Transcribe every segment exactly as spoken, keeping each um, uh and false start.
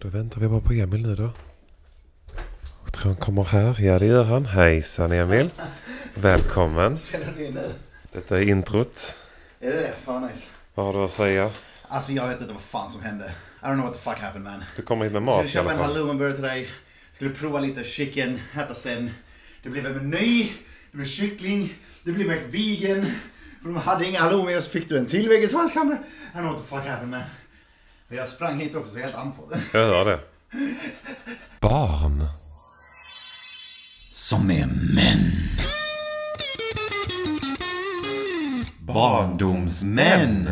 Då väntar vi bara på Emil nu då. Jag tror han kommer här. Ja, det gör han. Hejsan Emil. Välkommen. Spelar du in nu? Detta är introt. Är det det? Fan nice. Vad har du att säga? Alltså jag vet inte vad fan som hände. I don't know what the fuck happened man. Du kommer hit med Jag mat skulle i alla köpa en fall. halloumiburgare till dig. Skulle prova lite chicken, äta sen. Det blev en meny. Det blev kyckling. Det blev ett vegan. För de hade inga halloumi och så fick du en till vegetarianskammare. I don't know what the fuck happened man. Och jag sprang hit också så jag är helt andfådd. Jag hör det. Barn. Som är män. Barndomsmän.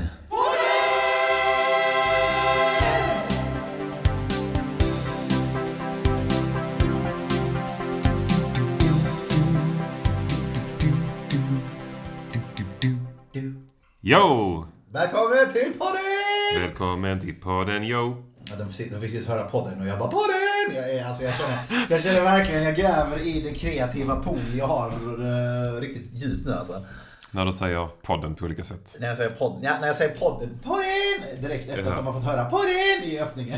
Yo! Välkommen till podden! Välkommen till podden, yo! Ja, de fick, de fick precis höra podden och jag bara podden! Jag, är, alltså, jag, känner, jag känner verkligen, jag gräver i det kreativa pool jag har uh, riktigt djupt nu alltså. När du säger podden på olika sätt. När jag säger podden, ja, när jag säger podden, podden! Direkt efter att de har fått höra podden i öppningen.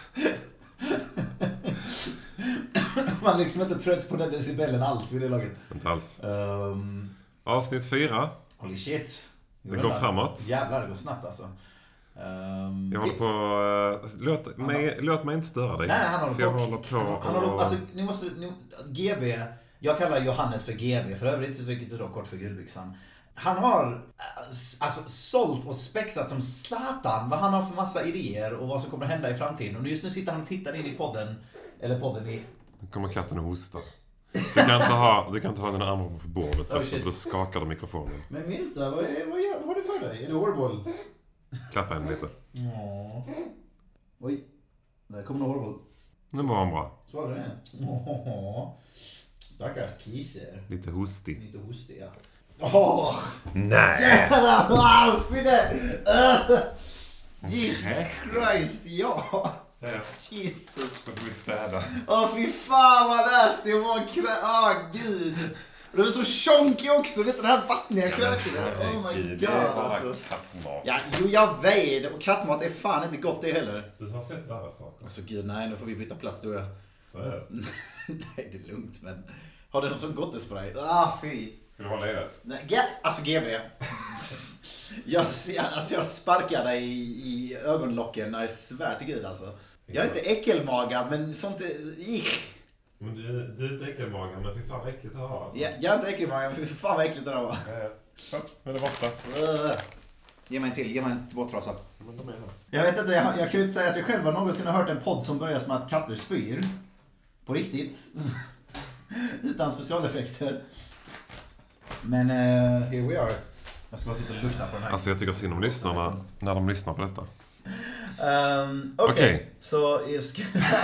Man är liksom inte trött på den decibellen alls vid det laget. Inte alls. Um, Avsnitt fyra. holy shit. Det går framåt. Jävlar, det går snabbt alltså. Um, Jag håller på... Uh, låt, mig, låt mig inte störa dig. Nej, han håller för jag på. håller på Han, han håller, och... alltså, ni måste... Ni, G B... Jag kallar Johannes för G B för övrigt, vilket är då kort för Gudbyxan. Han har alltså sålt och spexat som Zlatan vad han har för massa idéer och vad som kommer hända i framtiden. Och just nu sitter han och tittar in i podden, eller podden i... Nu kommer katten och hosta. Du kan inte ha, du kan inte ha den armen på bordet Oh, först, för då skakar de mikrofonen. Men Milta, vad, är, vad, gör, vad har du för dig? Är det hårboll? Klappa henne lite. Ja. Oj, där kommer en hårboll. Nu var han bra. Så var det. Åh, stackars kisse. Lite hostig. Lite hostig, ja. Åh! Nej! Jävlar! Wow, spinne! Uh, Jesus Christ, ja! Jesus! Så får vi städa. Åh fy fan vad nasty! Det var krä... Åh gud! Och det var så tjonkig också, det är den här vattniga kröken. Oh my god det är bara alltså. kattmat. Ja, jo jag vet. Och kattmat är fan inte gott det heller. Du har sett värre saker. Alltså gud, nej nu får vi byta plats du och jag. Seriöst? Nej, det är lugnt men... Har du något som gottespray? Ah, fy! Ska du hålla i det? Nej, G- alltså G B. jag, alltså, jag sparkar dig i, i ögonlocken, jag svär till gud alltså. Jag är inte äckelmagad, men sånt är... Ich. Men du, du är inte äckelmagen, men fy fan vad äckligt det har alltså. Jag, jag är inte äckelmagad, men fy fan vad äckligt det där var. Ja, ja. Så, nu är det borta. Uh, ge mig en till, ge mig en våttrasa. Men de är här. Jag vet inte, jag, jag kan ju inte säga att jag själv har någonsin hört en podd som börjar med att katter spyr. På riktigt. Utan specialeffekter. Men uh, here we are. Jag ska bara sitta och lukta på den här. Alltså jag tycker synd om lyssnarna när de lyssnar på detta. Um, Okej, Okej. okay. Så jag ska...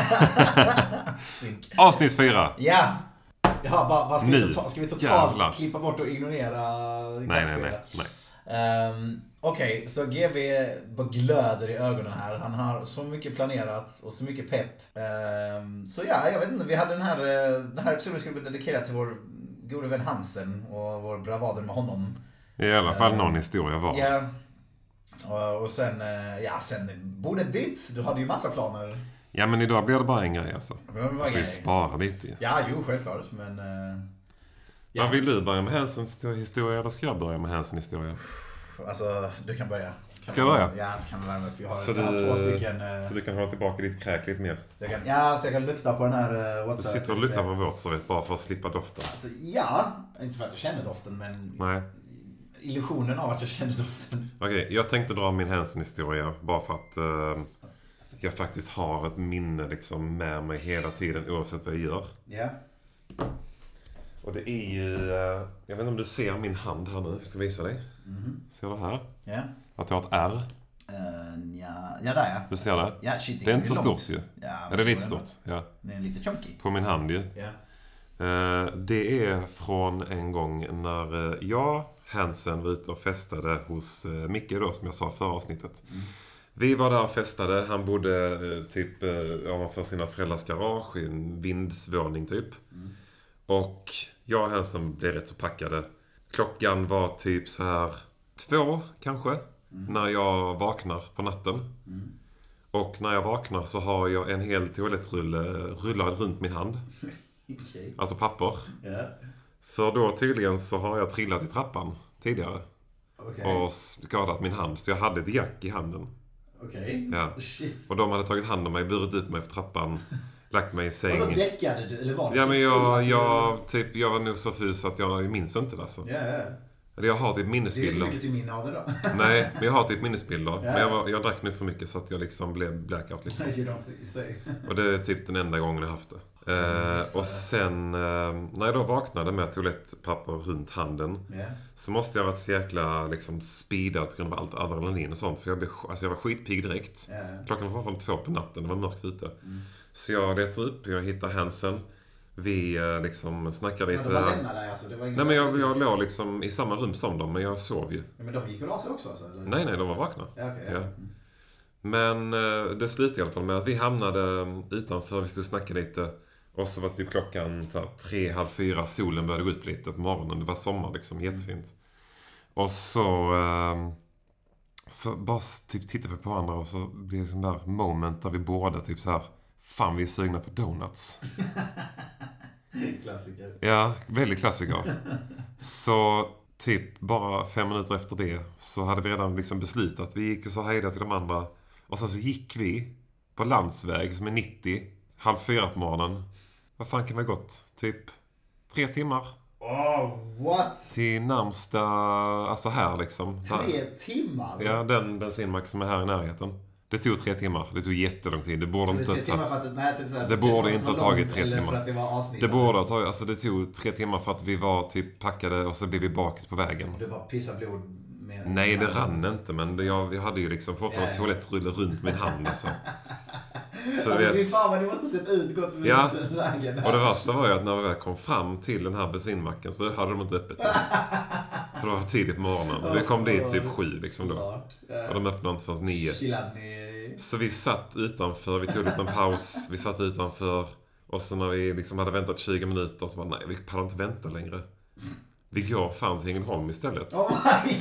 Avsnitt fyra. Ja! Jaha, bara, bara ska, Nu. vi totalt, ska vi totalt Jävlar. klippa bort och ignorera Nej, nej, nej. nej. um, Okej, okay, så G V bara glöder i ögonen här. Han har så mycket planerat och så mycket pepp. Um, så ja, jag vet inte. Vi hade den här, den här episoden skulle bli dedikerad till vår gode vän Hansen och vår bravader med honom. I alla fall um, någon historia var. Ja. Och, och sen, ja, sen bordet ditt. Du hade ju massa planer. Ja, men idag blir det bara en grej alltså. Det var Jag får ju grej. spara lite ju. Ja, jo, självklart. Men... Uh, ja. Ja, vill du börja med Hansens historia eller ska jag börja med Hansens historia? Alltså, du kan börja. Kan ska jag börja? Ja, så kan vi värma upp. Jag har, så, jag har du, två stycken... Uh, så du kan hålla tillbaka ditt kräk lite mer? så jag kan, ja, så jag kan lukta på den här... Uh, du sitter och luktar på vårt så vet bara för att slippa doften. Alltså, ja. Inte för att jag känner doften, men... Nej. Illusionen av att jag känner doften. Okej, okay, jag tänkte dra min Hansen-historia bara för att uh, jag faktiskt har ett minne liksom med mig hela tiden oavsett vad jag gör. Ja. Yeah. Och det är ju, uh, jag vet inte om du ser min hand här nu, jag ska visa dig. Mm-hmm. Ser du här? Ja. Yeah. Att jag har ett R. Uh, ja, ja, där ja. Du ser det? Ja, shit, det är inte så långt. stort ju. Ja, ja, det är lite stort. Ja. Det är lite chunky. På min hand ju. Ja. Uh, det är från en gång när uh, jag, Hansen, var ute och festade hos uh, Micke då, som jag sa förra avsnittet. Mm. Vi var där och festade. Han bodde uh, typ uh, ovanför sina föräldrars garage i en vindsvåning typ. Mm. Och jag och Hansen blev rätt så packade. Klockan var typ så här två kanske. Mm. När jag vaknar på natten. Mm. Och när jag vaknar så har jag en hel toalettrulle rullad runt min hand. Okay. Alltså papper. Yeah. För då tydligen så har jag trillat i trappan tidigare. Okay. Och skadat min hand. Så jag hade ett jack i handen. Okej. Okay. Ja. Shit. Och de hade tagit hand om mig, burit upp mig för trappan. Lagt mig i säng. Och då däckade du? Eller var det ja, så men jag, du... jag, typ, jag var nog så fys att jag minns inte det alltså. Ja, ja. Eller jag har typ minnesbilder. Det är inte mycket till minne av det då. Nej, men jag har typ minnesbilder. Ja. Men jag, var, jag drack nu för mycket så att jag liksom blev blackout liksom. You don't say. Och det är typ den enda gången jag haft det. Eh, och sen eh, när jag då vaknade med toalettpapper runt handen. Yeah. Så måste jag ha varit så jäkla liksom speedad på grund av allt adrenalin och sånt. För jag, blev, alltså jag var skitpigg direkt. Yeah. Klockan var fortfarande två på natten, det var mörkt ute. Mm. Så jag letar upp, jag hittar Hansen. Vi liksom snackade lite. Ja, de bara lämnade dig alltså? Det var ingen nej, men jag, jag låg liksom i samma rum som dem, men jag sov ju. Ja, men de gick väl av sig också alltså? Eller? Nej, nej, de var vakna. Ja, okay, ja. Ja. Men eh, det slutade i alla fall med att vi hamnade utanför, vi stod och snackade lite. Och så var typ klockan ta, tre, halv fyra, solen började gå upp lite på morgonen. Det var sommar liksom, jättefint. Och så, eh, så bara typ tittade vi på varandra och så blev det sån där moment där vi båda typ så här, fan vi är sugna på donuts. Klassiker. Ja, väldigt klassiker. Så typ bara fem minuter efter det så hade vi redan liksom beslutat. Vi gick och sa hejda till de andra. Och sen så gick vi på landsväg som är nittio, halv fyra på morgonen. Vad fan kan vi ha gått? Typ tre timmar. Oh, what? Till närmsta, alltså här liksom. Tre timmar? Ja, den bensinmack som är här i närheten. Det tog tre timmar. Det tog jättelång tid. Det borde inte ha tagit... Nej, det, det, det borde inte ha tagit tre timmar. För att det var avsnitt. Det borde ha tagit... Alltså det tog tre timmar för att vi var typ packade och så blev vi bakis på vägen. Och du bara pissade blod med... Nej, det rann inte. Men det, jag, vi hade ju liksom fortfarande ja, ja. toalettrulle runt min hand alltså. Så alltså, vet... fy fan vad det måste sett ut gott med ja. vägen. Och det värsta var ju att när vi väl kom fram till den här bensinmacken så hade de inte öppet. För det var tidigt på morgonen. Och vi kom dit typ sju liksom då. Och de öppnade inte förrän nio. Så vi satt utanför, vi tog en liten paus. Vi satt utanför. Och så när vi liksom hade väntat tjugo minuter så bara, nej, vi pallar inte vänta längre. Vi går fan till Ängelholm istället. Oh my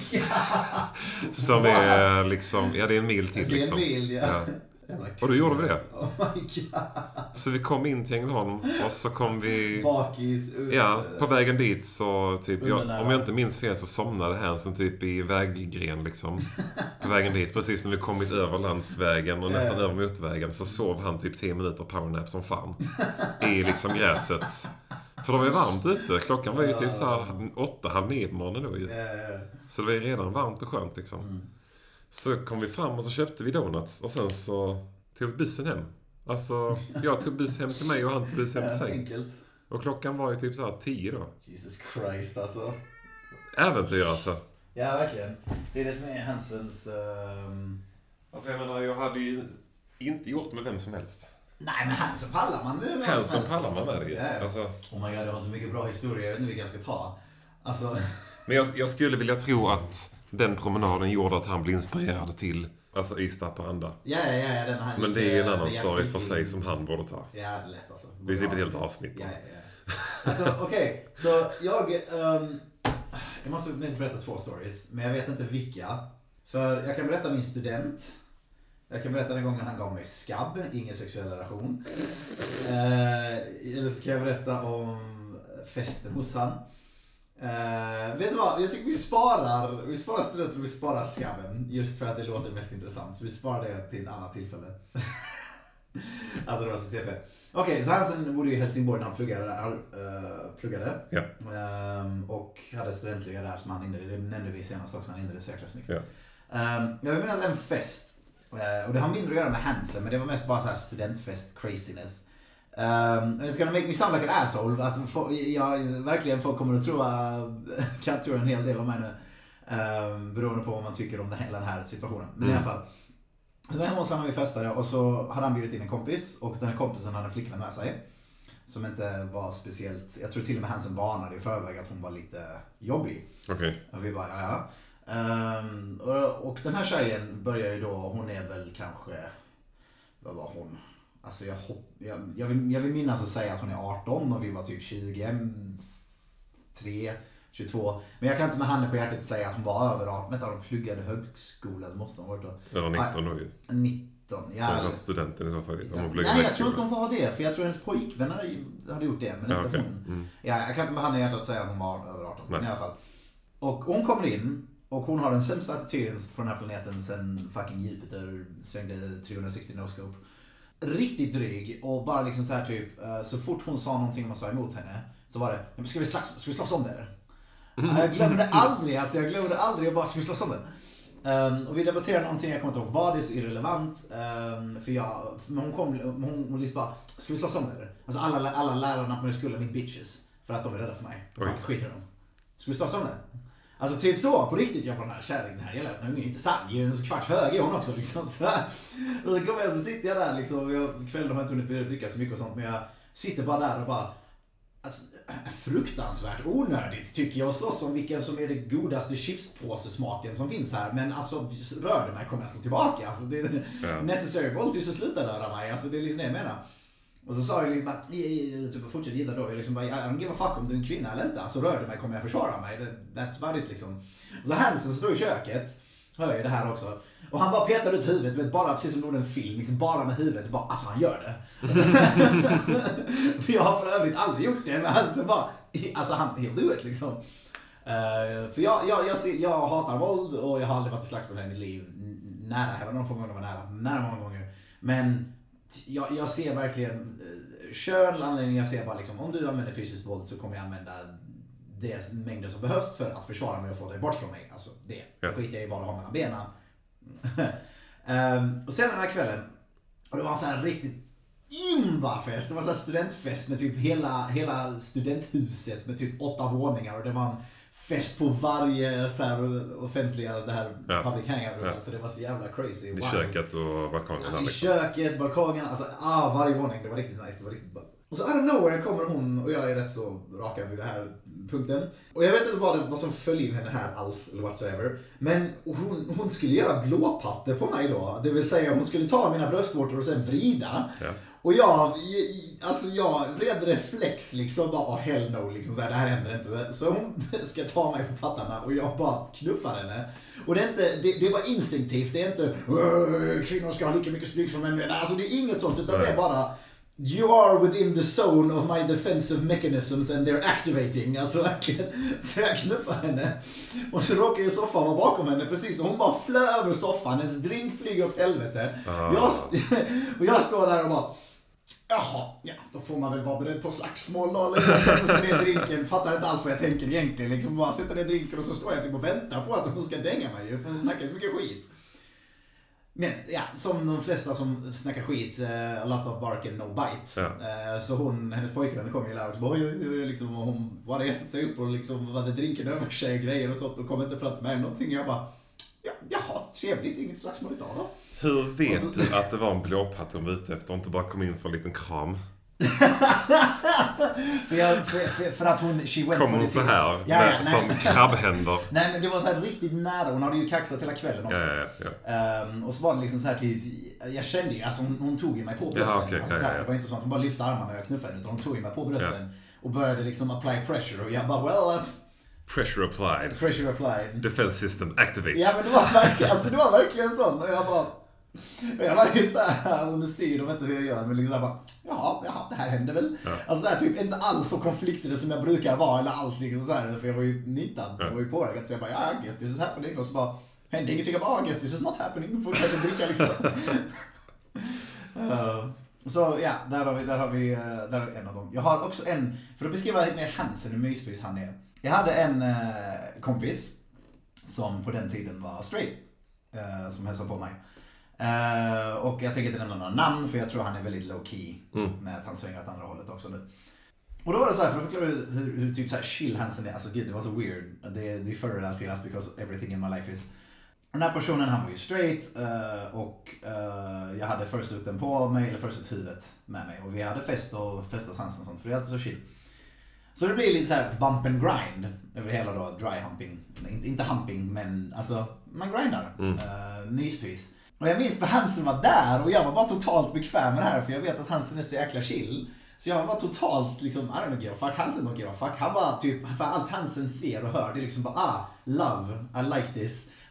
god! Som är liksom, ja det är en mil till liksom. Det är en mil, ja. ja. Och då gjorde vi det. Oh my god. Så vi kom in till Ängelholm och så kom vi... Bakis. Uh, ja, på vägen dit så typ, jag, om jag inte minns fel så somnade Hansen typ i väggren liksom. På vägen dit, precis när vi kommit över landsvägen och nästan över motorvägen så sov han typ tio minuter powernap som fan. I liksom gräset. För det var ju varmt ute. Klockan var ju typ så här åtta, halv nio på morgonen då ju. Så det var ju redan varmt och skönt liksom. Mm. Så kom vi fram och så köpte vi donuts. Och sen så tog vi bussen hem. Alltså, jag tog buss hem till mig och han tog buss hem till sig. Enkelt. Och klockan var ju typ så här tio då. Jesus Christ alltså. Äventyr alltså. Ja, verkligen. Det är det som är Hansens... Um... Alltså jag menar, jag hade ju inte gjort med vem som helst. Nej, men Hansen pallar man med. Hansen pallar man med det. Ja, ja. Alltså... Oh my god, det var så mycket bra historia. Jag vet inte vilka jag ska ta. Alltså... Men jag, jag skulle vilja tro att den promenaden gjorde att han blev inspirerad till alltså Ystad-Haparanda. Ja, ja, ja. Den här men det är en annan story för sig som han borde ta. Ja, det är lätt alltså. Det är typ ett helt avsnitt. Ja, ja, ja. Alltså, okej. Okay. Så jag... Um, jag måste minst berätta två stories. Men jag vet inte vilka. För jag kan berätta min student. Jag kan berätta den gången han gav mig skabb. Ingen sexuell relation. Uh, eller så kan jag berätta om festen hos han. Uh, vet du vad? Jag tycker vi sparar Vi sparar studenter och vi sparar skabben. Just för att det låter mest intressant. Så vi sparar det till en annan tillfälle. Alltså det var så C P. Okej, okay, så han sen bodde i Helsingborg när han pluggade där. Uh, pluggade. Ja. Um, och hade studentliga där som han inledde. Det nämnde vi senast också. Han inledde så jäkla snyggt. Ja. Um, jag vill minnas en fest. Uh, och det har mindre att göra med Hansen. Men det var mest bara så här studentfest craziness. Um, it's gonna make me sound like an asshole. Alltså, for, jag, verkligen folk kommer att tro kan tro en hel del om mig nu. Um, beroende på vad man tycker om den, hela den här situationen. Men mm. i alla fall. Så var hemma hos honom, vi festade och så hade han bjudit in en kompis. Och den här kompisen hade en flickvän med sig. Som inte var speciellt. Jag tror till och med Hansen varnade i förväg att hon var lite jobbig. Okej. Okay. Och vi bara, ja. Um, och, och den här tjejen börjar ju då. Hon är väl kanske. Vad var hon? Alltså jag, hopp, jag, jag, vill, jag vill minnas att säga att hon är arton och vi var typ tjugo, tre, tjugotvå. Men jag kan inte med handen på hjärtat säga att hon var över arton. Vänta, de pluggade högskola, det måste hon ha varit då. Det var nitton då ju. nitton nitton. Ja, för studenten i så fall. Ja. Nej, jag tror inte hon får ha det. För jag tror hennes pojkvän hade gjort det. Men ja, inte okay. hon. Mm. Ja, jag kan inte med handen i hjärtat säga att hon var över arton. Nej. Men i alla fall. Och hon kommer in. Och hon har den sämsta attityden på den här planeten sen fucking Jupiter svängde trehundrasextio no-scope. Riktigt dryg. Och bara liksom så här typ. Så fort hon sa någonting man sa emot henne. Så var det, ska vi slåss, ska vi slåss om det? Jag glömde aldrig, alltså jag glömde aldrig och bara, ska vi slåss om det? Um, och vi debatterade någonting, jag kommer inte ihåg vad, det är så irrelevant. Um, för jag, för hon kom, hon, hon liksom bara, ska vi slåss om det? Alltså alla, alla lärarna på min skola är min bitches. För att de är rädda för mig. Man skiter dem. Ska vi slåss om det? Alltså typ så, på riktigt, jag på den här kärringen här, jag lät, är inte sant, jag är ju en kvart hög är hon också liksom så här. Och så kommer jag, så sitter jag där liksom, jag, kvällen har jag inte hunnit börja dricka så mycket och sånt, men jag sitter bara där och bara, alltså, fruktansvärt onödigt tycker jag att slåss om vilken som är det godaste chipspåsesmaken som finns här. Men alltså, rör det mig kommer jag slå tillbaka. Alltså, det är ja. Necessary voltage så sluta röra mig. Alltså, det är liksom det jag menar. Och så sa jag liksom att, typ, fortsätt gilla då. Jag liksom bara, I don't give a fuck om du är en kvinna eller inte. Alltså, rör det mig kommer jag försvara mig. That's about it liksom. Och så Hansen står i köket. Hör ju det här också. Och han bara petar ut huvudet, vet, bara precis som någon en film, liksom bara med huvudet, bara, alltså han gör det. För jag har för övrigt aldrig gjort det, men alltså bara, alltså han, he'll do it liksom. Uh, för jag, jag, jag, jag hatar våld och jag har aldrig varit i slagsmål i mitt liv. Nära, jag var någon gång var nära, nära många gånger. Men jag, jag ser verkligen uh, kön, anledning jag ser bara liksom, om du använder fysiskt våld så kommer jag använda det mängder som behövs för att försvara mig och få dig bort från mig. Alltså det. Ja. Skiter jag i vad du har mellan benen. um, och sen den här kvällen, och det var en sån här riktigt imbafest. Det var en sån här studentfest med typ hela, hela studenthuset med typ åtta våningar. Och det var en fest på varje så här offentliga, det här ja. Public hangout. Ja. Alltså det var så jävla crazy. I wow. köket och balkongen. Alltså i köket, balkongen, alltså ah, varje våning. Det var riktigt nice, det var riktigt bra. Och så out of nowhere kommer hon, och jag är rätt så rakad vid den här punkten. Och jag vet inte vad, det, vad som föll in henne här alls, eller whatsoever. Men hon, hon skulle göra blåpatte på mig då. Det vill säga hon skulle ta mina bröstvårtor och sen vrida. Ja. Och jag, alltså jag vred reflex liksom, bara oh, hell no, liksom, så här, det här händer inte. Så hon ska ta mig på pattarna och jag bara knuffar henne. Och det är inte, det, det var instinktivt, det är inte kvinnor ska ha lika mycket stryk som män. Alltså det är inget sånt, utan Nej. Det är bara you are within the zone of my defensive mechanisms and they're activating. Alltså verkligen. Så jag knuffar henne. Och så råkar ju soffan vara bakom henne precis. Och hon bara flö över soffan. Hennes drink flyger åt helvete. Ah. Jag, och jag står där och bara jaha, ja, då får man väl vara beredd på slagsmål då. Eller jag sätter sig ner drinken. Fattar inte alls vad jag tänker egentligen. Liksom bara sätter ner drinken och så står jag typ och väntar på att hon ska dänga mig. För hon snackar så mycket skit. Men ja, som de flesta som snackar skit, uh, a lot of bark and no bite. Ja. Uh, så hon, hennes pojkvän kom ju där och bara, oj, oj, oj, liksom, och hon bara reste sig upp och liksom hade drinken över sig och grejer och sånt och kom inte fram till mig någonting. Jag bara, ja, jaha, trevligt, inget slagsmål idag då. Hur vet så, du att det var en blåpatt hon var ute efter och inte bara kom in för en liten kram? för, jag, för, för, för att hon kom hon så här ja, ja, med, som krabbhänder. Nej, men det var så här riktigt nära. Hon hade ju kaxat hela kvällen också. Ja, ja, ja. Um, och så var det liksom så här typ, jag kände ju, alltså hon, hon tog ju mig på brösten. Ja, okay, alltså, ja, så här, ja. Det var inte så att hon bara lyfte armarna och jag knuffade, utan hon tog ju mig på brösten. Ja. Och började liksom apply pressure. Och jag bara, well... Uh, pressure applied. Pressure applied. Defense system activate. Ja, men det var verkligen, alltså, det var verkligen sån. Och jag bara... Och jag var lite såhär, alltså nu ser de inte hur jag gör, men liksom såhär bara, jaha, jaha, det här händer väl. Ja. Alltså såhär typ inte alls så konfliktade som jag brukar vara, eller alls liksom såhär, för jag var ju nitton, ja. Jag var ju påverkad, så jag bara, ja, I guess this is happening, och så bara, hände ingenting, jag bara, I guess this is not happening, fortsätter dricka liksom. uh, så ja, där har vi, där har vi, där har vi en av dem. Jag har också en, för att beskriva lite mer Hansen, hur myspys han är. Jag hade en uh, kompis, som på den tiden var straight, uh, som hälsade på mig. Uh, och jag tänker inte nämna några namn, för jag tror han är väldigt low key mm. med att han svänger åt andra hållet också nu. Och då var det så här, för att förklara hur, hur, hur typ så här chill Hansen är. Alltså gud, det var så weird. Det, det förra till att because everything in my life is. Den här personen, han var ju straight uh, och uh, jag hade first uten på mig, eller first ut huvudet med mig. Och vi hade fest och fest och Hansen och sånt, för det är alltid så chill. Så det blir lite så här bump and grind över hela då, dry humping. Inte, inte humping, men alltså man grindar. Mm. Uh, myspys. Och jag minns för Hansen var där och jag var bara totalt bekväm med det här, för jag vet att Hansen är så jäkla chill. Så jag var totalt liksom, I don't give a fuck, Hansen don't give a fuck. Han var typ, för allt Hansen ser och hör, det är liksom bara, ah, love, I like this.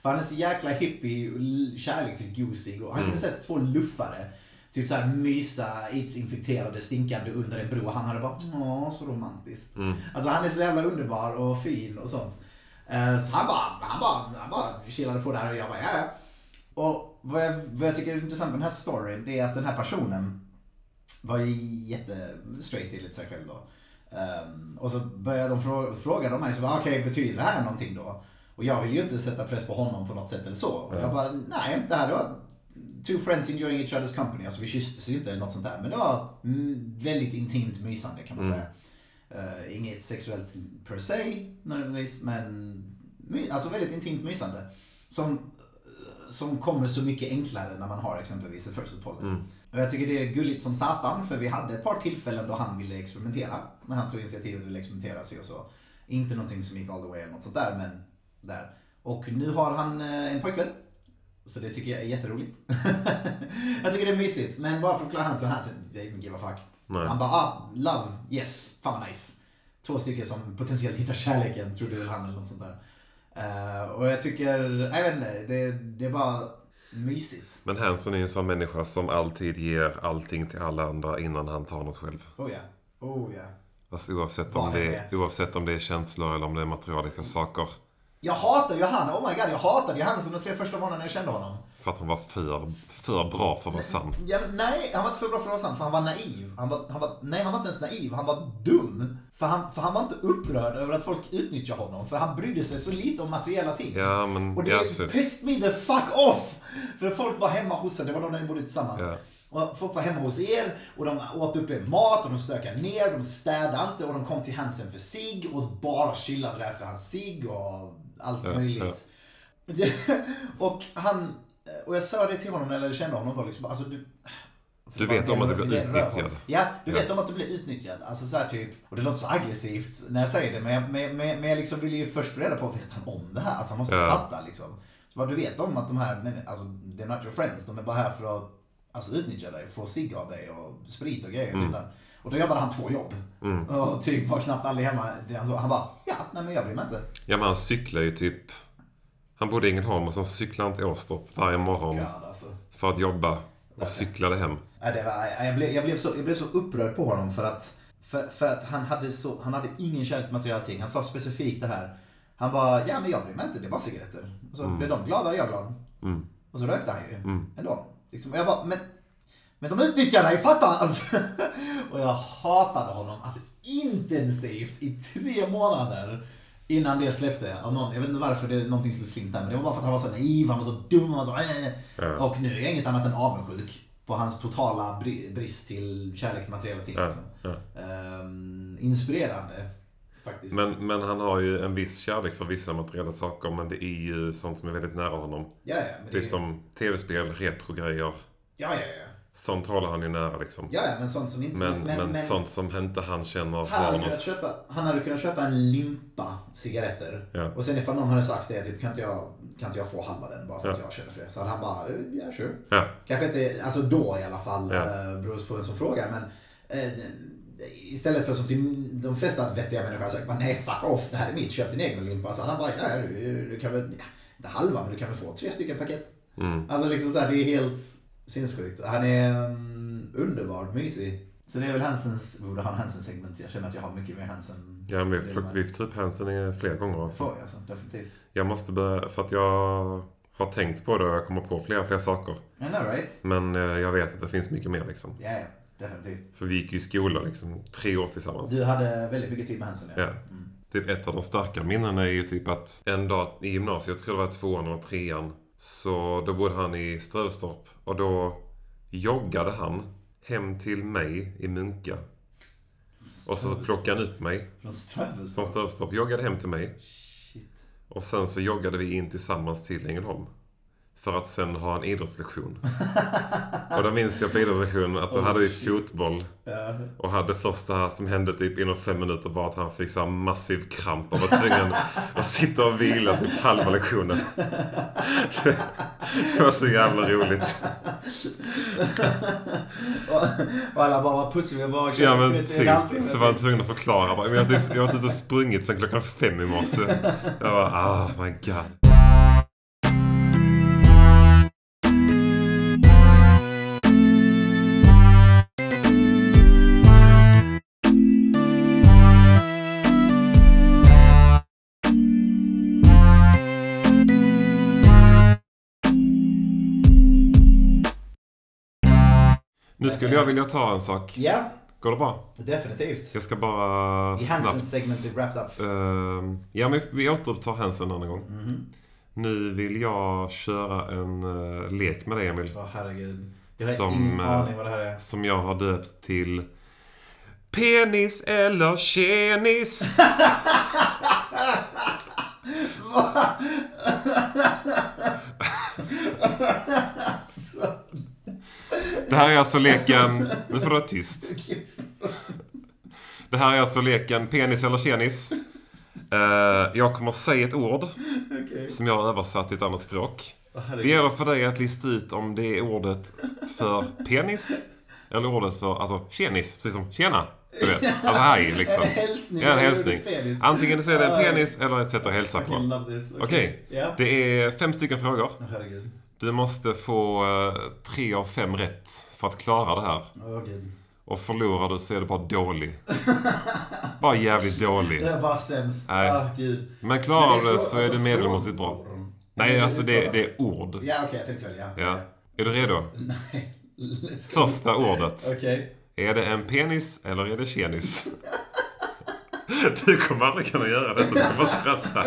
För han är så jäkla hippie och kärleksgosig. Och han kunde Mm. sett två luffare. Typ såhär mysa, aids-infekterade, stinkande under en bro. Och han hade bara, åh, så romantiskt. Mm. Alltså han är så jävla underbar och fin och sånt. Eh, Så han bara, han bara, han bara chillade på det här och jag bara, ja, ja. Och vad jag, vad jag tycker är intressant med den här storyn, det är att den här personen var ju jätte straight till sig själv då. Um, och så började de frå- fråga de mig, så bara, okej, okay, betyder det här någonting då? Och jag vill ju inte sätta press på honom på något sätt eller så. Och jag bara, nej, det här var two friends enjoying each other's company. Alltså vi kysstes ju inte eller något sånt där. Men det var mm, väldigt intimt mysande kan man Mm. säga. Uh, inget sexuellt per se nödvändigtvis, men my- alltså väldigt intimt mysande. Som, som kommer så mycket enklare när man har exempelvis ett first på det. Mm. Och jag tycker det är gulligt som satan, för vi hade ett par tillfällen då han ville experimentera. När han tog initiativet och ville experimentera sig och så. Inte någonting som gick all the way eller något sånt där, men där. Och nu har han eh, en pojkvän. Så det tycker jag är jätteroligt. Jag tycker det är mysigt, men bara för att förklara Hansen, Hansen, jag didn't give a fuck. Nej. Han bara, ah, love, yes, fan vad nice. Två stycken som potentiellt hittar kärleken, tror du han eller något sånt där. Uh, och jag tycker, jag vet inte, det, det är bara mysigt. Men Hanson är en sån människa som alltid ger allting till alla andra innan han tar något själv. Oh ja, oh ja. Alltså oavsett om, Vad det, är det? oavsett om det är känslor eller om det är materialiska saker. Jag hatar Johanna, oh my god, jag hatade Johannes de tre första månaderna jag kände honom. För att han var för, för bra för att vara sann. Ja, men nej, han var inte för bra för att vara sann, för han var naiv. Han var, han var, nej, han var inte ens naiv, han var dum. För han, för han var inte upprörd över att folk utnyttjar honom, för han brydde sig så lite om materiella ting. Ja, men... Och det ja, precis. pissed me the fuck off! För folk var hemma hos er, det var då när ni bodde tillsammans. Ja. Och folk var hemma hos er och de åt upp er mat och de stökade ner, de städade inte och de kom till Hansen för sig och bara chillade där för hans sig och allt Ja, möjligt. Och han, och jag sa det till honom när jag kände honom då liksom, alltså du... Du vet om att du blir utnyttjad. Ja, du vet Ja. om att du blir utnyttjad. Alltså så här typ, och det låter så aggressivt när jag säger det, men jag, men, men, men jag liksom vill ju först få reda på, vet han om det här? Alltså han måste Ja. fatta liksom. Så bara, du vet om att de här, men, alltså they're not your friends, de är bara här för att alltså, utnyttja dig, få cigg av dig och sprit och grejer. Mm. Och då jobbade han två jobb. Mm. Och typ var knappt aldrig hemma. Det han, så, han bara, ja, nej men jag bryr mig inte. Ja, men han cyklar ju typ... Han bodde i Ängelholm och så cyklar han till Åstorp varje morgon God, alltså. för att jobba Okay. och cyklade hem. Ja, det var, jag, blev, jag, blev så, jag blev så upprörd på honom för att, för, för att han, hade så, han hade ingen kärlek till materialting. Han sa specifikt det här. Han bara, ja men jag bryr mig inte, det är bara cigaretter. Och så Mm. blev de glada, jag är glad. Mm. Och så rökte han ju Mm. ändå. Liksom, och jag bara, men, men de utnyttjar dig, fatta! Alltså, och jag hatade honom alltså, intensivt i tre månader innan det släppte. Av någon, jag vet inte varför det någonting skulle slinta, men det var bara för att han var så naiv, han var så dum, han var så... Äh. Ja. Och nu är jag inget annat än avundsjuk på hans totala bri- brist till kärlek till materiella ting. Ja. Liksom. Ja. Ehm, inspirerande, faktiskt. Men, men han har ju en viss kärlek för vissa materiella saker, men det är ju sånt som är väldigt nära honom. ja, ja, men Typ det, som tv-spel, retrogrejer. ja, ja, ja. Sånt håller han ju nära liksom. Ja, ja, men sånt som inte... Men, men, sånt som inte han känner Han har hade, någon... kunnat köpa, han hade kunnat köpa en limpa cigaretter. Ja. Och sen ifall någon hade sagt det, typ, kan inte jag, kan inte jag få halva den bara för Ja. att jag känner för det. Så hade han bara, ja yeah, sure. Ja. Kanske inte, alltså då i alla fall, Ja. eh, beror på vem som frågar. Men eh, istället för som till de flesta vettiga människor har sagt, nej fuck off, det här är mitt, köp din egen limpa. Så han bara, ja du, du kan väl, ja, inte halva, men du kan väl få tre stycken paket. Mm. Alltså liksom så här, det är helt sinnessjukt. Han är um, underbart mysig. Så det är väl Hansens, borde ha en Hansen-segment. Jag känner att jag har mycket med Hansen. Ja, men vi har lyft upp Hansen flera gånger. Alltså. Så, alltså, definitivt. Jag måste börja, för att jag har tänkt på det och jag kommer på flera, flera saker. I know, right? Men eh, jag vet att det finns mycket mer liksom. Ja, ja, definitivt. För vi gick ju i skola liksom tre år tillsammans. Du hade väldigt mycket tid med Hansen, ja. Ja. Mm. Typ ett av de starka minnena är ju typ att en dag i gymnasiet, jag tror det var tvåan och trean, så då bodde han i Strövstorp och då joggade han hem till mig i Munka. Och så plockade han upp mig Från Strövstorp? från Strövstorp, joggade hem till mig. Shit. Och sen så joggade vi in tillsammans till Ängelholm. För att sen ha en idrottslektion. Och då minns jag på idrottslektionen att då Oh, hade vi shit. fotboll. Ja. Och hade första som hände typ inom fem minuter var att han fick så här massiv kramp och var tvungen att sitta och vila typ halva lektionen. Det var så jävla roligt. och, och alla bara, vad pussar vi bara Ja men en typ, halvtimme så var han till. tvungen att förklara. Bara, men jag, har typ, jag har varit ute och sprungit sen klockan fem i morse. Jag var, ah my god. Nu skulle jag vilja ta en sak. Ja. Går det bra? Definitivt. Jag ska bara I snabbt... Hansens segment är wrapped up. Uh, ja, men vi återupptar Hansen en annan gång. Mm-hmm. Nu vill jag köra en uh, lek med dig, Emil. Åh, oh, herregud. Jag har som, ingen aning vad det här är. Som jag har döpt till Penis eller tjenis. Det här är alltså leken... Nu får du vara tyst. Det här är alltså leken penis eller tjenis. Uh, jag kommer säga ett ord okay. som jag har översatt till ett annat språk. Oh, det gäller för dig att lista ut om det är ordet för penis eller ordet för, alltså, tjenis. Precis som tjena. Du vet. Alltså hej liksom. En hälsning. Ja, en hälsning. Antingen så är det en penis eller ett sätt att hälsa på. Okej. Okay. Okay. Yeah. Det är fem stycken frågor. Oh, herregud. Du måste få uh, tre av fem rätt för att klara det här. Oh, och förlorar du så är det bara dålig. Bara jävligt dålig. Det är bara sämst. Ah, gud. Men klarar du det så är alltså, du medelmåttigt bra. Nej, alltså det, det är ord. Ja, okej, okay, jag tänkte väl, ja. ja. Är du redo? Nej. Let's go. Första ordet. Okej. Okay. Är det en penis eller är det tjenis? Du kommer aldrig kunna göra detta. Du kommer bara skratta.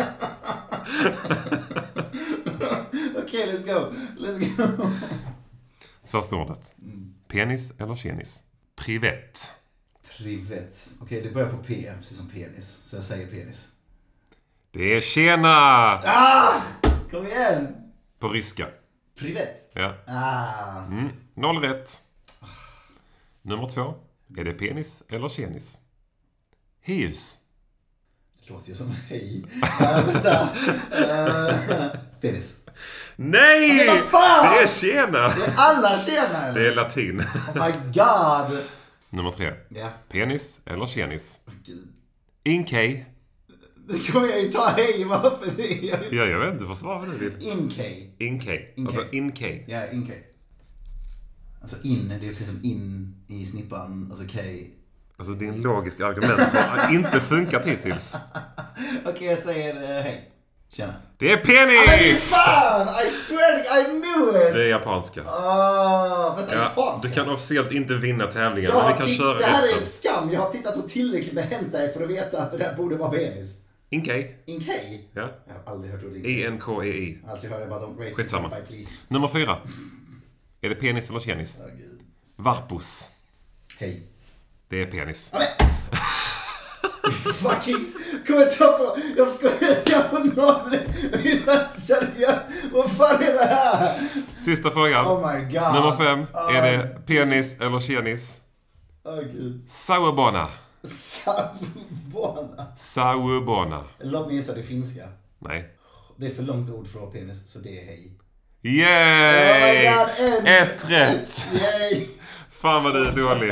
Okej, okay, let's go. Let's go. Första ordet. Penis eller tjenis? Privet. Privet. Okej, okay, det börjar på P, precis som penis. Så jag säger penis. Det är tjena! Ah! Kom igen! På ryska. Privet. Ja. Ah. Mm. Noll rätt. Nummer två. Är det penis eller tjenis? Heus. Det låter ju som hej. uh, vänta. Uh, penis. Nej! Okay, vad fan? Det är tjena! Det är alla tjena! Det är latin. Oh my god! Nummer tre. Yeah. Penis eller tjenis? Okay. Inkej. Nu kommer jag ju ta hej, varför det? Ja, jag vet inte, vad svarar du vill. Inkej. Inkej. Alltså inkej. Ja, inkej. Alltså in, det är precis som in i snippan, alltså K. Alltså din logiska argument har inte funkat hittills. Okej, okay, jag säger uh, hej. Tjena. Det är penis! Ah, det är fan! I swear, I knew it! Det är japanska. Ah, vänta, ja, japanska? Du kan officiellt inte vinna tävlingen, men vi kan köra det här resten. är skam, jag har tittat på tillräckligt med hentai för att veta att det där borde vara penis. Inkej. Inkej? Ja. Jag har aldrig hört ordet inkej. I N K E I. Alltså jag hörde bara de rate Skitsamma. by, please. Nummer fyra. Är det penis eller tjenis? Oh, Gud. Varpus. Hej. Det är penis. Ah, fucking... Kommer jag ta på... Jag kommer ta på noll. Seriöst. Vad fan är det här? Sista frågan. Oh my god. Nummer fem. Oh, är det penis eller tjenis? Åh oh, gud. Sauerborna. Sauerborna. Sauerborna. Låt mig gissa det finska. Nej. Det är för långt ord för penis, så det är hej. Yay! Oh my god, en, Ett rätt! Yay! Fan vad du är dålig.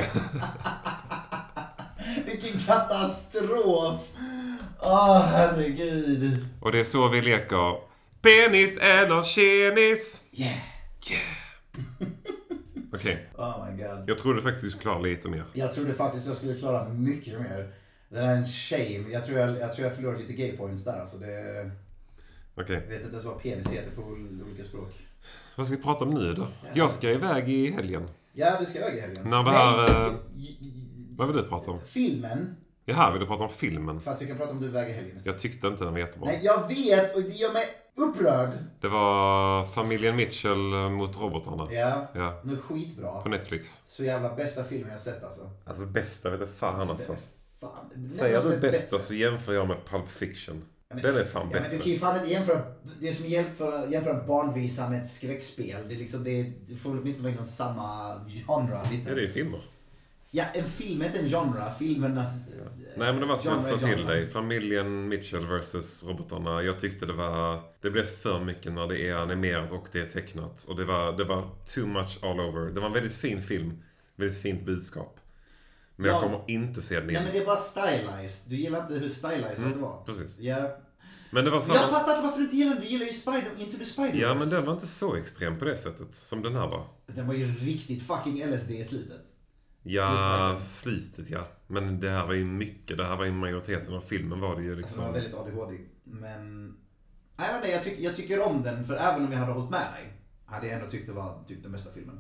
Vilken katastrof! Åh, oh, herregud. Och det är så vi leker. Penis eller tjenis? Yeah. Yeah. Okej. Okay. Oh my god. Jag trodde faktiskt du skulle klara lite mer. Jag trodde faktiskt jag skulle klara mycket mer. Det är en shame. Jag tror jag, jag, tror jag förlorade lite gay points där. Alltså det... Okej. Jag vet inte ens vad penis heter på olika språk. Vad ska vi prata om nu då? Ja. Jag ska iväg i helgen. Ja, du ska iväg i helgen. När det här... Eh, vad vill du prata om? Filmen. Jaha, vill du prata om filmen? Fast vi kan prata om du iväg i helgen. Jag tyckte inte den var jättebra. Nej, jag vet och det gör mig upprörd. Det var familjen Mitchell mot robotarna. Ja, ja. Nu skitbra. På Netflix. Så jävla bästa filmen jag sett alltså. Alltså bästa, vet du fan alltså. alltså. Fan. Säger du bästa så jämför jag med Pulp Fiction. Ja, men, den är fan ja, bättre. Men du kan ju fan inte jämföra, det är som jämföra, jämföra en barnvisa med ett skräckspel. Det är liksom, det, är, det får åtminstone vara inom samma genre lite. Ja, det är ju filmer. Ja, en film är inte en genre. Filmernas... Ja. Nej, men det var som jag sa till dig. Familjen Mitchell versus robotarna. Jag tyckte det var... Det blev för mycket när det är animerat och det är tecknat. Och det var, det var too much all over. Det var en väldigt fin film. Väldigt fint budskap. Men ja, jag kommer inte se den igen. Nej, men det var stylized. Du gillar inte hur stylized mm, det var. Precis. Ja. Men det var samma... Jag fattar inte varför du inte gillar den. Du gillar ju Spider... Into the Spider-Verse. Ja, men den var inte så extrem på det sättet som den här var. Den var ju riktigt fucking L S D i slutet. Ja, slitet ja. Men det här var ju mycket. Det här var ju majoriteten av filmen var det ju liksom. Alltså, det var väldigt A D H D. Men... Nej, men jag, tyck, jag tycker om den. För även om jag hade hållit med dig hade jag ändå tyckt det var typ den bästa filmen.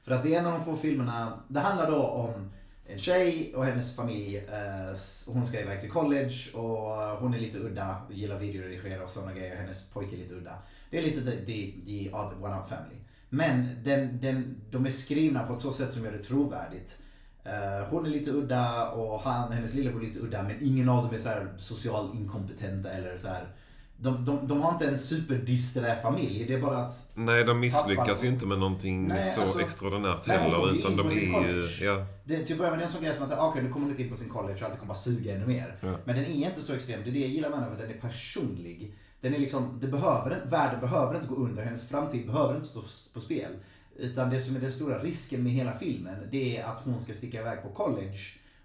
För att det är en av de få filmerna, det handlar då om en tjej och hennes familj. Eh, hon ska iväg till college och hon är lite udda, gillar videoredigera och sådana grejer. Hennes pojke är lite udda. Det är lite the, the, the odd one out family. Men den, den, de är skrivna på ett så sätt som gör det trovärdigt. Uh, hon är lite udda och han, hennes lillebror är lite udda, men ingen av dem är så här socialt inkompetenta eller så här. De, de, de har inte en superdisträ familj, det är bara att... Nej, de misslyckas pappan, ju inte med någonting nej, så alltså, extraordinärt nej, heller, utan de är ju... Ja. Det, till att börja med det är en sån grej som att okej, okay, nu kommer hon inte in på sin college och allt kommer bara suga ännu mer. Ja. Men den är inte så extrem, det är det jag gillar med den, för den är personlig. Den är liksom, det behöver, världen behöver inte gå under, hennes framtid behöver inte stå på spel. Utan det som är den stora risken med hela filmen, det är att hon ska sticka iväg på college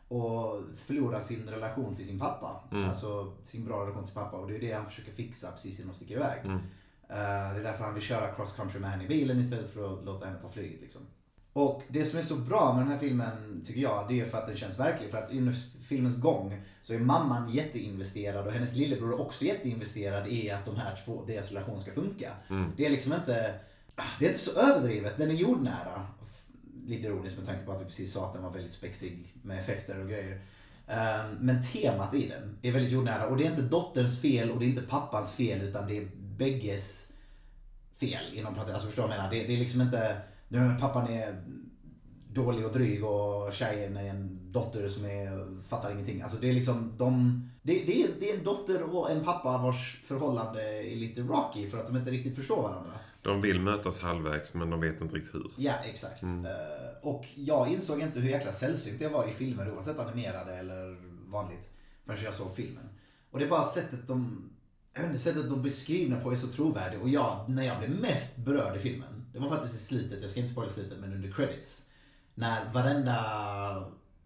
och förlora sin relation till sin pappa. Mm. Alltså sin bra relation till pappa. Och det är det han försöker fixa precis innan de sticker iväg. Mm. Uh, det är därför han vill köra cross country med henne i bilen istället för att låta henne ta flyget liksom. Och det som är så bra med den här filmen, tycker jag, det är för att den känns verklig. För att under filmens gång så är mamman jätteinvesterad och hennes lillebror är också jätteinvesterad i att de här två, deras relation ska funka. Mm. Det är liksom inte... Det är inte så överdrivet, den är jordnära. Lite ironiskt med tanke på att vi precis sa att den var väldigt spexig med effekter och grejer. Men temat i den är väldigt jordnära. Och det är inte dotterns fel och det är inte pappans fel, utan det är bägges fel inom parti. Alltså förstår jag menar, det, det är liksom inte... Pappan är dålig och dryg och tjejen är en dotter som är, fattar ingenting. Alltså det är liksom de... Det, det, är, det är en dotter och en pappa vars förhållande är lite rocky för att de inte riktigt förstår varandra. De vill mötas halvvägs men de vet inte riktigt hur. Ja, exakt. Mm. Uh, och jag insåg inte hur jäkla sällsynt det var i filmer, oavsett animerade eller vanligt, förrän jag såg filmen. Och det är bara sättet de, jag vet inte, sättet de beskrivna på är så trovärdigt. Och jag, när jag blev mest berörd i filmen, det var faktiskt i slutet, jag ska inte spoila slutet, men under credits. När varenda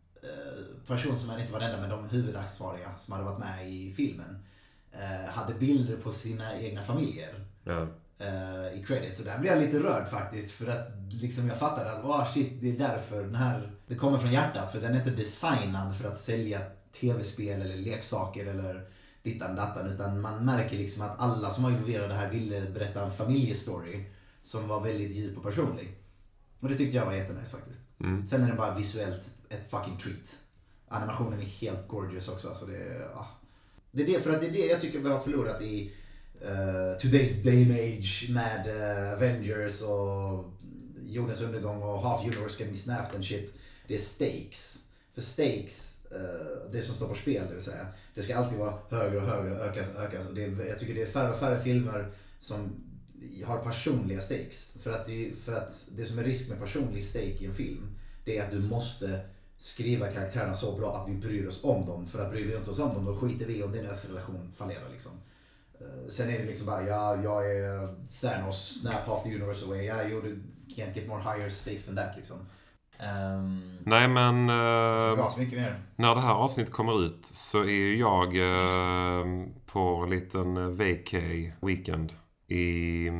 uh, person som är inte varenda, men de huvudansvariga som hade varit med i filmen uh, hade bilder på sina egna familjer. Ja. Uh, i credits. Så där blev jag lite rörd faktiskt, för att liksom jag fattade att oh shit, det är därför den här, det kommer från hjärtat, för den är inte designad för att sälja tv-spel eller leksaker eller dittan dattan, utan man märker liksom att alla som var involverade i det här ville berätta en familjestory som var väldigt djup och personlig. Och det tyckte jag var jättenice faktiskt. Mm. Sen är det bara visuellt ett fucking treat. Animationen är helt gorgeous också, så det är, ah. det är det, för att det är det jag tycker vi har förlorat i Uh, today's day and age med uh, Avengers och jordens undergång och half universe getting snapped and shit. Det är stakes. För stakes, uh, det som står på spel, det vill säga, det ska alltid vara högre och högre och ökas och ökas. Och det är, jag tycker det är färre och färre filmer som har personliga stakes. För att, det, för att det som är risk med personlig stake i en film, det är att du måste skriva karaktärerna så bra att vi bryr oss om dem. För att bryr vi inte oss om dem, då skiter vi om deras relation fallerar liksom. Sen är det liksom bara, ja, jag är Thanos, snap half the universe away. Ja, you can't get more higher stakes than that liksom. Um, Nej, men uh, mycket mer. När det här avsnittet kommer ut så är jag uh, på en liten vacay weekend i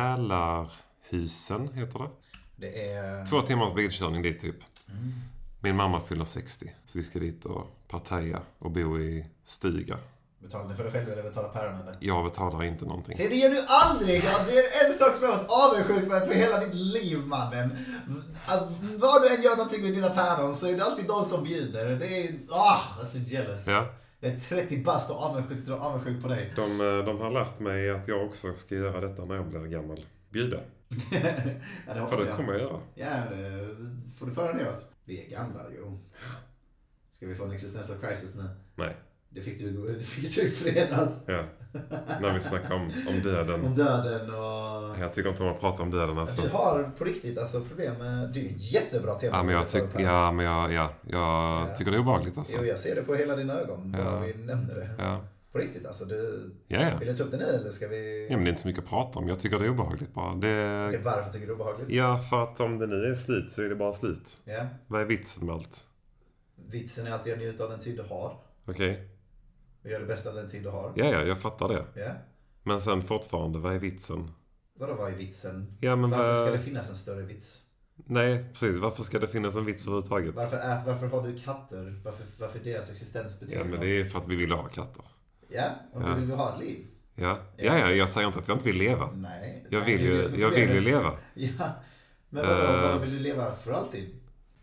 Mälarhusen, heter det. Det är... Två timmars bilkörning dit typ. Mm. Min mamma fyller sextio, så vi ska dit och partaja och bo i stuga. Betalar ni för dig själv eller betalar päron eller? Jag betalar inte någonting. Se, det gör du aldrig! Det är en sak som jag har varit avundsjuk för, för hela ditt liv, mannen. Att vad du än gör någonting med dina päron så är det alltid de som bjuder. Det är... Ah, oh, I'm so jealous. Ja. Jag är trettio bast och avundsjuk, avundsjuk på dig. De, de har lärt mig att jag också ska göra detta när jag blir gammal. Bjuda. Ja, det för det kommer jag göra. Ja, det får du föra neråt. Vi är gamla, jo. Ska vi få en existential crisis nu? Nej. Det fick du, det fick du i fredags. Ja, när vi snackar om, om döden. Om döden och... Jag tycker inte om att prata om döden. Alltså. Du har på riktigt alltså, problem med... Du är jättebra tema. Ja, men jag, tyck, ja, men jag, ja, jag ja. tycker det är obehagligt. Alltså. Jo, jag ser det på hela dina ögon. Bara ja. vi nämner det. Ja. På riktigt, alltså. Du, ja, ja. Vill du ta upp det nu eller ska vi... Ja, men det är inte så mycket att prata om. Jag tycker det är obehagligt bara. Det... Okay, varför tycker du det är obehagligt? Ja, för att om det nu är slut så är det bara slut. Ja. Vad är vitsen med allt? Vitsen är alltid att njuta av den tid du har. Okej. Okay. Och gör det bästa av den tid du har. Ja, ja, jag fattar det. Ja. Men sen fortfarande, vad är vitsen? Vadå, vad är vitsen? Ja, men varför vad... ska det finnas en större vits? Nej, precis. Varför ska det finnas en vits överhuvudtaget? Varför, ät, varför har du katter? Varför, varför deras existens betyder Ja, men det är för att vi vill ha katter. Ja, och ja. du vill ju ha ett liv. Ja. Ja, ja, jag säger inte att jag inte vill leva. Nej. Jag nej, vill ju, jag vill ju leva. Ja. Men vad, uh, vad vill du leva för alltid?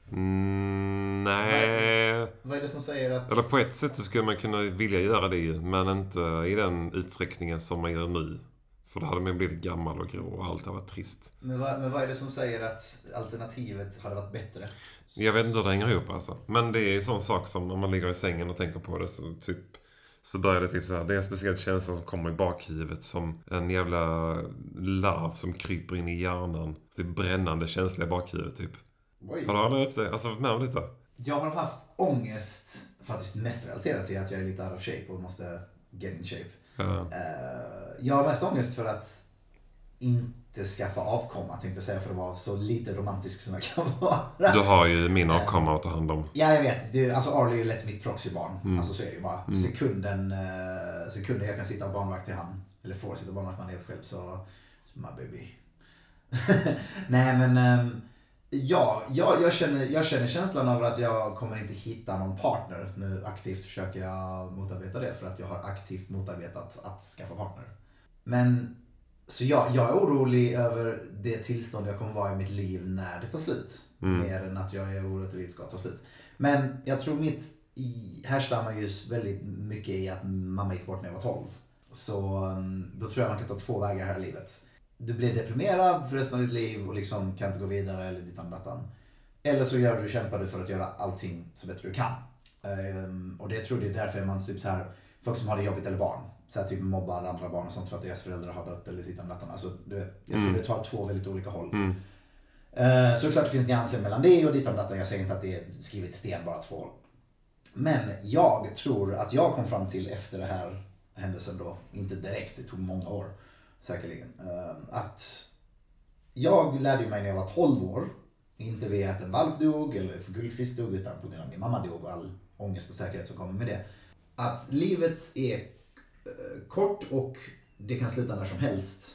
Mm, nej. Vad, vad är det som säger att... Eller på ett sätt så skulle man kunna vilja göra det ju, men inte i den utsträckningen som man gör nu. För då hade man blivit gammal och grå och allt har varit trist. Men vad, men vad är det som säger att alternativet hade varit bättre? Jag vet inte hur det hänger ihop alltså. Men det är en sån sak som om man ligger i sängen och tänker på det så typ... Så börjar det typ så här. Det är en speciell känsla som kommer i bakhuvudet som en jävla larv som kryper in i hjärnan. Typ brännande känsla i bakhuvudet typ. Oj. Har du aldrig upp det? Alltså med om lite? Jag har haft ångest, faktiskt mest relaterat till att jag är lite out of shape och måste get in shape. Ja. Uh, jag har mest ångest för att inte skaffa avkomma, tänkte jag säga, för att vara så lite romantisk som jag kan vara. Du har ju min avkomma att ta hand om. Ja, jag vet. Det, alltså Arlie är lätt mitt proxybarn. Mm. Alltså så är det ju bara. Mm. Sekunden, uh, sekunden jag kan sitta och barnvakt till han, eller får sitta och barnvakt man helt själv, så my baby. Nej, men um, ja, jag, jag, känner, jag känner känslan av att jag kommer inte hitta någon partner. Nu aktivt försöker jag motarbeta det för att jag har aktivt motarbetat att skaffa partner. Men så jag, jag är orolig över det tillstånd jag kommer vara i mitt liv när det tar slut. Mm. Mer än att jag är orolig att det ska ta slut. Men jag tror mitt i, härstammar just väldigt mycket i att mamma gick bort när jag var tolv. Så då tror jag man kan ta två vägar här i livet. Du blir deprimerad för resten av ditt liv och liksom kan inte gå vidare eller ditt andatan. Eller så gör du, kämpar du för att göra allting så bättre du kan. Um, och det tror jag är därför man typ så här, folk som har det jobbigt eller barn. Så här typ mobbar andra barn och sånt för att deras föräldrar har dött eller sitt andatan. Alltså, du vet, jag tror mm. det tar två väldigt olika håll. Mm. Uh, såklart det finns nyanser mellan det och ditt andatan. Jag säger inte att det är skrivet i sten, bara två håll. Men jag tror att jag kom fram till efter det här händelsen då, inte direkt, det tog många år. Säkerligen. Att jag lärde mig när jag var tolv år, inte via att en valp dog eller för guldfisk dog, utan på grund av min mamma dog och all ångest och säkerhet som kommer med det. Att livet är kort och det kan sluta när som helst.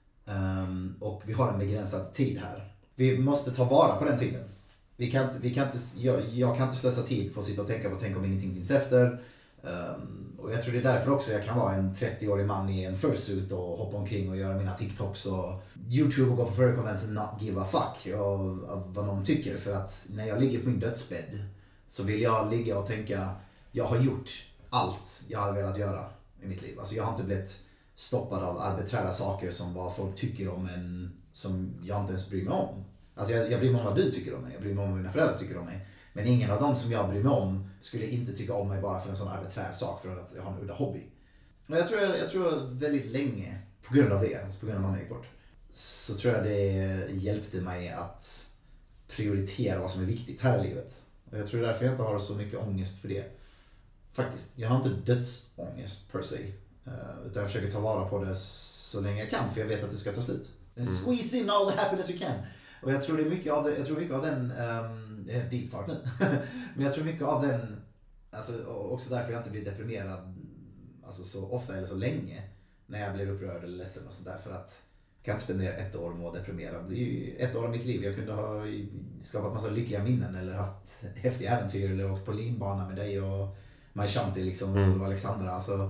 Och vi har en begränsad tid här. Vi måste ta vara på den tiden. Vi kan inte, vi kan inte, jag, jag kan inte slösa tid på att sitta och tänka på tänk om ingenting finns efter. Um, och jag tror det är därför också jag kan vara en trettio-årig man i en fursuit och hoppa omkring och göra mina TikToks och YouTube och gå på furconvents and not give a fuck av, av vad någon tycker. För att när jag ligger på min dödsbädd så vill jag ligga och tänka jag har gjort allt jag har velat göra i mitt liv. Alltså jag har inte blivit stoppad av arbeträra saker som vad folk tycker om en som jag inte ens bryr mig om. Alltså jag, jag bryr mig om vad du tycker om mig, jag bryr mig om vad mina föräldrar tycker om mig. Men ingen av dem som jag bryr mig om skulle inte tycka om mig bara för en sån arbiträr sak för att jag har en udda hobby. Och jag tror, jag, jag tror väldigt länge, på grund av det, alltså på grund av mamma gick bort, så tror jag det hjälpte mig att prioritera vad som är viktigt här i livet. Och jag tror därför jag inte har så mycket ångest för det. Faktiskt, jag har inte dödsångest per se. Utan jag försöker ta vara på det så länge jag kan, för jag vet att det ska ta slut. Mm. Squeeze in all the happiness you can. Och jag tror det är mycket av det, jag tror mycket av den um, deep talk nu. Men jag tror mycket av den, alltså också därför jag inte blir deprimerad alltså så ofta eller så länge när jag blir upprörd eller ledsen och sådär, för att jag kan inte spendera ett år med att deprimerad. Det är ju ett år av mitt liv. Jag kunde ha skapat massa lyckliga minnen eller haft häftiga äventyr eller åkt på linbana med dig och Majshanti liksom mm. och Alexandra. Alltså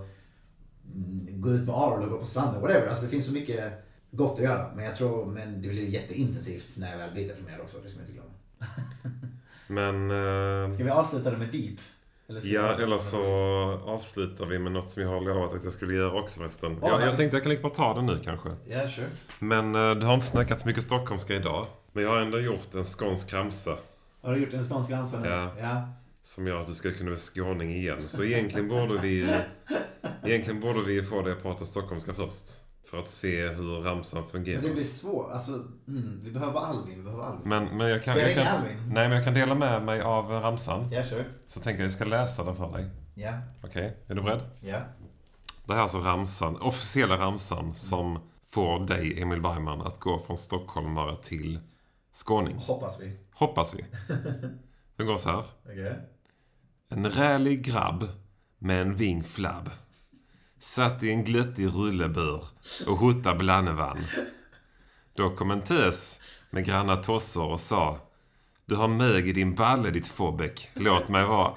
gå ut med Arl och gå på stranden, whatever. Alltså det finns så mycket gott att göra, men jag tror, men det blir jätteintensivt när jag väl blir deprimerad också, det ska man inte glömma. Men uh... ska vi avsluta det med deep? Eller ja, eller så avslutar vi med något som jag har lovat att jag skulle göra också resten. Oh, jag, jag tänkte jag kan lika bara ta det nu kanske. Ja, yeah, sure. Men uh, du har inte snackat så mycket stockholmska idag. Men jag har ändå gjort en skånsk ramsa. Har du gjort en skånsk ramsa nu? Ja. Ja. Som gör att du ska kunna vara skåning igen. Så egentligen borde vi egentligen borde vi få dig att prata stockholmska först. För att se hur ramsan fungerar. Men det blir svårt. Alltså, mm, vi behöver Alvin. Vi behöver Alvin. Men, men jag kan, jag kan, Alvin? Nej, men jag kan dela med mig av ramsan. Ja, yeah, sure. Så tänker jag att jag ska läsa den för dig. Ja. Yeah. Okej, okay. Är du beredd? Ja. Yeah. Det här är alltså ramsan, officiella ramsan mm. som får dig, Emil Bergman, att gå från stockholmare till skåning. Hoppas vi. Hoppas vi. Den går så här. Okay. En rälig grabb med en vingflabb satt i en glöttig rullebur och hota blannevann. Då kom en tös med granna tossor och sa: du har mög i din balle, ditt fåbäck. Låt mig vara.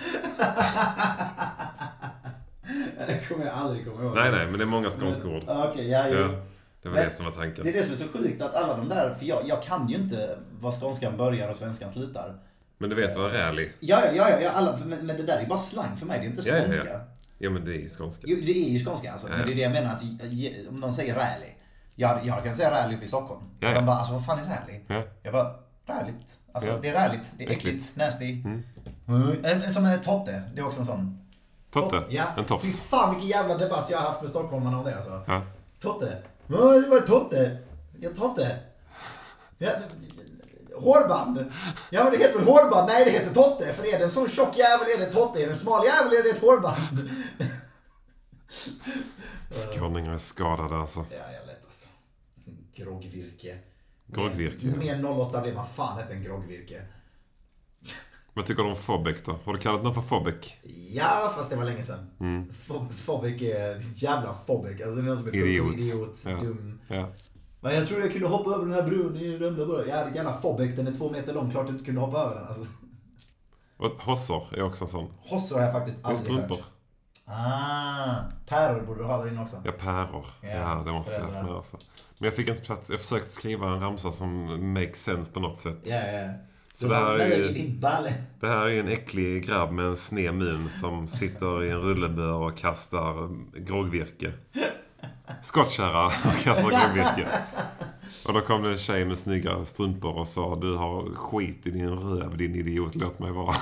Det kommer jag aldrig komma ihåg. Nej, nej, men det är många skånska ord. Okej, okay, ja, ja. Det var Men det som var tanken. Det är det som är så sjukt att alla de där, för jag, jag kan ju inte vad skånskan börjar och svenskan slutar. Men du vet vad rally? Ja, ja, ja, ja alla, men, men det där är bara slang för mig, det är inte skånska. Ja, ja, ja. Ja, men det är ju skånska. Jo, det är ju skånska alltså, ja, ja. Men det är det jag menar att om någon säger rally. Jag, jag kan säga rally uppe i Stockholm. Ja, ja. De bara, alltså vad fan är rally? Ja. Jag bara, ralligt. Alltså ja. Det är ralligt, det är äckligt, äckligt. Nasty. Mm. Mm. Som är Totte, det är också en sån. Totte? Ja. En tofs. Fy fan vilken jävla debatt jag har haft med stockholmarna om det alltså. Ja. Totte. Ja, det var Totte. Ja, Totte. Ja, hårband. Ja, men det heter väl hårband? Nej, det heter Totte. För är det en sån tjock jävel är det Totte. Är det en smal jävel är det ett hårband. Skåningar är skadade alltså. Ja, jag vet alltså. Groggvirke. Groggvirke. Med, med noll åtta blir man fan ett en groggvirke. Vad tycker du om Fobek då? Har du kallat någon för Fobek? Ja, fast det var länge sedan. Mm. Fobek är jävla Fobek. Alltså det är någon som är idiot, idiot ja. Dum. Ja. Men jag tror jag kunde hoppa över den här bron i Römleborg. Ja, jävla Fobek, den är två meter lång. Klart du inte kunde hoppa över den. Alltså. Och hossor är också en sån. Hossor har jag faktiskt aldrig hört. Ah, päror borde du ha där inne också. Ja, päror. Ja, ja det måste jag ha med också. Men jag fick inte plats. Jag försökte skriva en ramsa som makes sense på något sätt. Ja, ja. Så det här, är, det här är en äcklig grabb med en sned mun som sitter i en rullebör och kastar groggvirke. Skottkärra och kastar groggvirke. Och då kom det en tjej med snygga strumpor och sa: du har skit i din röv, din idiot, låt mig vara.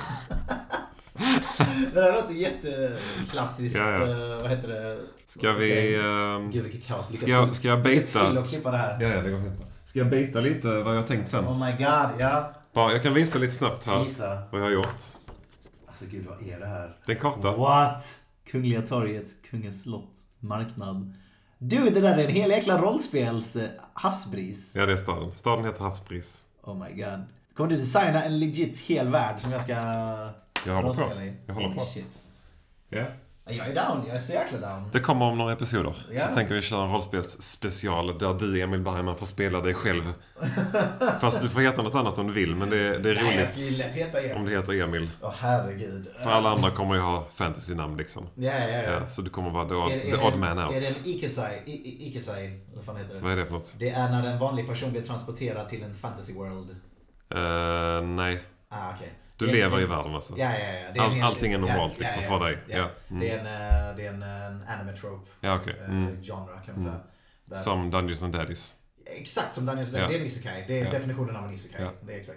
Det där låter jätteklassiskt. Ja, ja. Vad heter det? Ska vi... Um, Gud, vilket kaos. Lycka ska, jag, ska jag beta? till och klippa det här. Ja, ja, det går fint. Ska jag beta lite vad jag har tänkt sen? Oh my god, ja. Bara, jag kan visa lite snabbt här Visa. vad jag har gjort. Alltså gud, vad är det här? Det är en karta. What? Kungliga torget, Kungens slott, marknad. Du, det där är en hel jäkla rollspels havsbris. Ja, det är staden. Staden heter Havsbris. Oh my god. Kommer du designa en legit hel värld som jag ska jag håller på. I? Jag håller Holy på. Shit. Ja. Yeah. Jag är down, jag är så jäkla down. Det kommer om några episoder. Yeah. Så tänker vi köra en rollspelsspecial där du, Emil Bergman, får spela dig själv. Fast du får heta något annat om du vill. Men det, det är Nej, roligt jag skulle lätt heta Emil. Om det heter Emil. Åh oh, herregud. För alla andra kommer ju ha fantasy-namn liksom. Ja, ja, ja. ja så du kommer vara the odd, är, the är odd det, man out. Är det en ikesai? I, ikesai? Vad fan heter det? Vad är det för något? Det är när en vanlig person blir transporterad till en fantasy world. Uh, nej. Ah, okej. Okay. Du det, lever det, i världen alltså. Ja, ja, ja. Det är All, en, allting är normalt ja, liksom ja, för dig. Ja. Ja. Mm. Det är en, det är en, en anime trope. Ja, okej. Okay. Mm. Uh, genre kan man säga. Mm. Som Dungeons and Daddies. Exakt som Dungeons and Daddies. Ja. Det är en isekai. Det är ja. definitionen av en isekai. Ja. Det är exakt.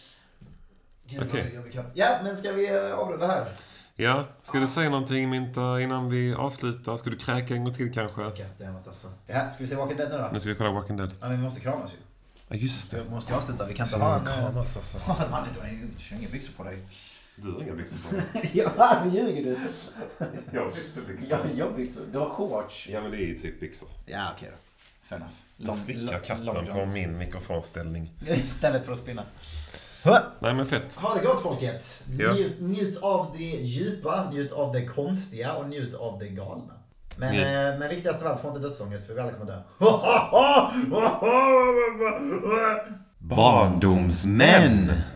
Okej. Okay. Ja, men ska vi avrunda här? Ja, ska ah. du säga någonting Minta innan vi avslutar? Ska du kräka en gång till kanske? Goddammit alltså. Ja, ska vi se Walking Dead nu då? Nu ska vi kolla Walking Dead. Ja, men vi måste kramas ju. Ja, just det. Vi måste ju avsluta. Vi kan inte ha en... kramas alltså. Man, du har inga byxor på dig. Du har inga byxor på dig. Ja, men ljuger du? Jag har byxor. Ja, jag byxor. Du har shorts. Ja, men det är ju typ byxor. Ja, okej då. Fair enough. Lång, Sticka katten på min mikrofonställning. Istället för att spinna. Nej, men fett. Ha det gott folket. Ja. Njut, njut av det djupa, njut av det konstiga och njut av det galna. Men, eh, men viktigast av allt, får inte dödsångest för vi alla kommer dö. Barndomsmän!